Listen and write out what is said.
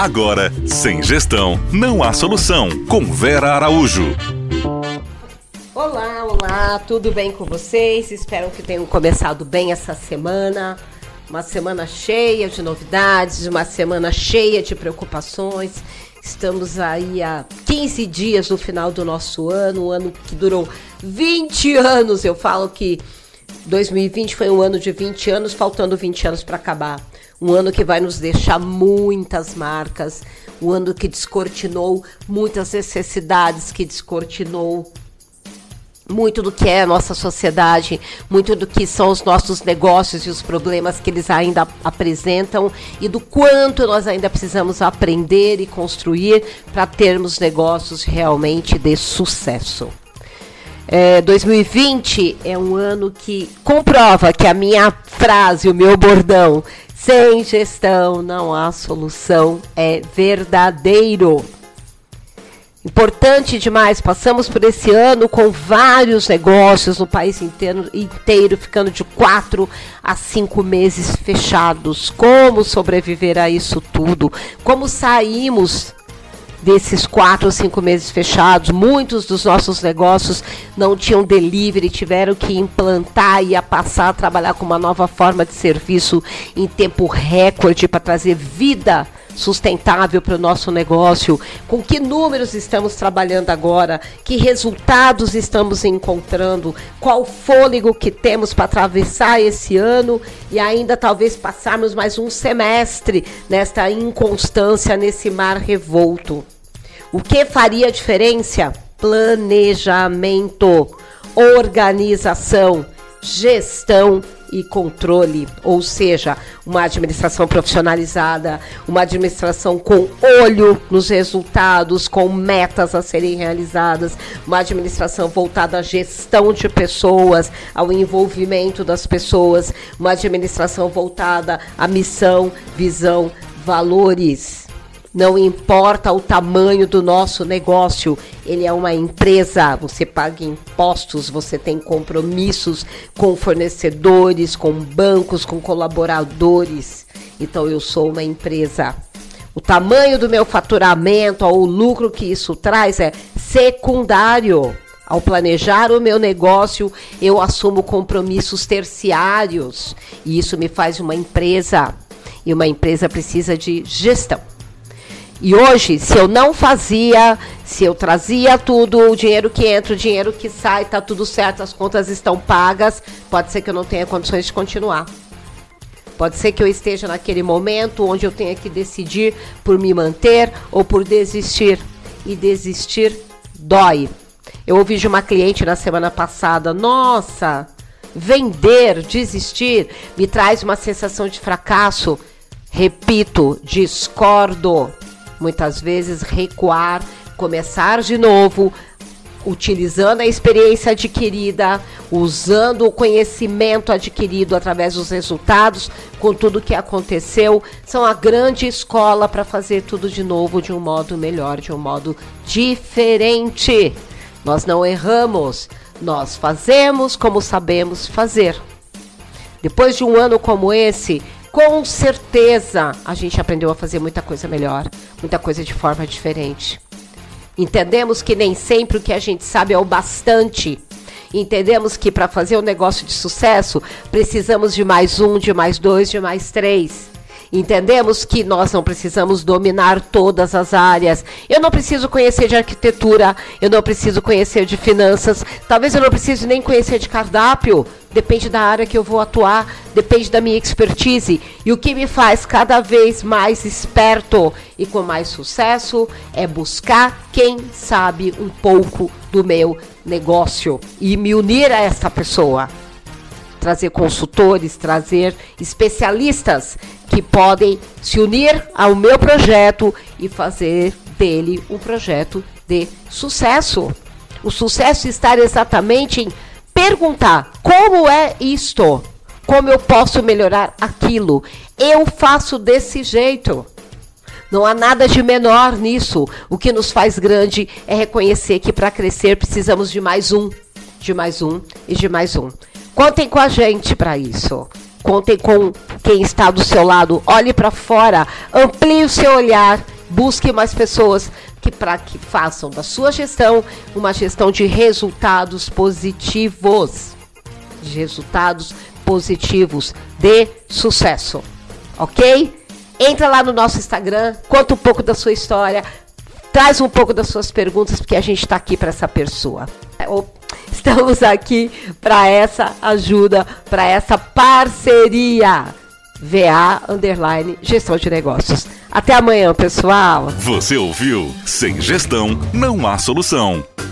Agora, sem gestão, não há solução. Com Vera Araújo. Olá, tudo bem com vocês? Espero que tenham começado bem essa semana. Uma semana cheia de novidades, uma semana cheia de preocupações. Estamos aí há 15 dias do final do nosso ano, um ano que durou 20 anos. Eu falo que 2020 foi um ano de 20 anos, faltando 20 anos para acabar. Um ano que vai nos deixar muitas marcas, um ano que descortinou muitas necessidades, que descortinou muito do que é a nossa sociedade, muito do que são os nossos negócios e os problemas que eles ainda apresentam e do quanto nós ainda precisamos aprender e construir para termos negócios realmente de sucesso. 2020 é um ano que comprova que a minha frase, o meu bordão, sem gestão não há solução, é verdadeiro. Importante demais, passamos por esse ano com vários negócios no país inteiro ficando de 4 a 5 meses fechados. Como sobreviver a isso tudo? Como saímos desses 4 ou 5 meses fechados? Muitos dos nossos negócios não tinham delivery, tiveram que implantar e passar a trabalhar com uma nova forma de serviço em tempo recorde para trazer vida sustentável para o nosso negócio. Com que números estamos trabalhando agora? Que resultados estamos encontrando? Qual fôlego que temos para atravessar esse ano e ainda talvez passarmos mais um semestre nesta inconstância, nesse mar revolto? O que faria a diferença? Planejamento, organização, gestão e controle, ou seja, uma administração profissionalizada, uma administração com olho nos resultados, com metas a serem realizadas, uma administração voltada à gestão de pessoas, ao envolvimento das pessoas, uma administração voltada à missão, visão, valores. Não importa o tamanho do nosso negócio, ele é uma empresa, você paga impostos, você tem compromissos com fornecedores, com bancos, com colaboradores. Então eu sou uma empresa. O tamanho do meu faturamento, o lucro que isso traz é secundário. Ao planejar o meu negócio, eu assumo compromissos terciários. E isso me faz uma empresa. E uma empresa precisa de gestão. E hoje, se eu não fazia, se eu trazia tudo, o dinheiro que entra, o dinheiro que sai, tá tudo certo, as contas estão pagas, pode ser que eu não tenha condições de continuar. Pode ser que eu esteja naquele momento onde eu tenha que decidir por me manter ou por desistir. E desistir dói. Eu ouvi de uma cliente na semana passada, nossa, vender, desistir, me traz uma sensação de fracasso. Repito, discordo. Muitas vezes recuar, começar de novo, utilizando a experiência adquirida, usando o conhecimento adquirido através dos resultados, com tudo que aconteceu, são a grande escola para fazer tudo de novo de um modo melhor, de um modo diferente. Nós não erramos, nós fazemos como sabemos fazer. Depois de um ano como esse, com certeza a gente aprendeu a fazer muita coisa melhor, muita coisa de forma diferente. Entendemos que nem sempre o que a gente sabe é o bastante. Entendemos que para fazer um negócio de sucesso, precisamos de mais 1, de mais 2, de mais 3. Entendemos que nós não precisamos dominar todas as áreas. Eu não preciso conhecer de arquitetura, eu não preciso conhecer de finanças, talvez eu não precise nem conhecer de cardápio. Depende da área que eu vou atuar, depende da minha expertise. E o que me faz cada vez mais esperto e com mais sucesso é buscar quem sabe um pouco do meu negócio e me unir a essa pessoa. Trazer consultores, trazer especialistas que podem se unir ao meu projeto e fazer dele um projeto de sucesso. O sucesso está exatamente em perguntar como é isto, como eu posso melhorar aquilo. Eu faço desse jeito. Não há nada de menor nisso. O que nos faz grande é reconhecer que para crescer precisamos de mais um e de mais um. Contem com a gente para isso. Contem com quem está do seu lado. Olhe para fora, amplie o seu olhar Busque mais pessoas para que façam da sua gestão uma gestão de resultados positivos. De resultados positivos, de sucesso. Ok? Entra lá no nosso Instagram, conta um pouco da sua história, traz um pouco das suas perguntas, porque a gente está aqui para essa pessoa. Estamos aqui para essa ajuda, para essa parceria. VA_Gestão de Negócios. Até amanhã, pessoal. Você ouviu? Sem gestão, não há solução.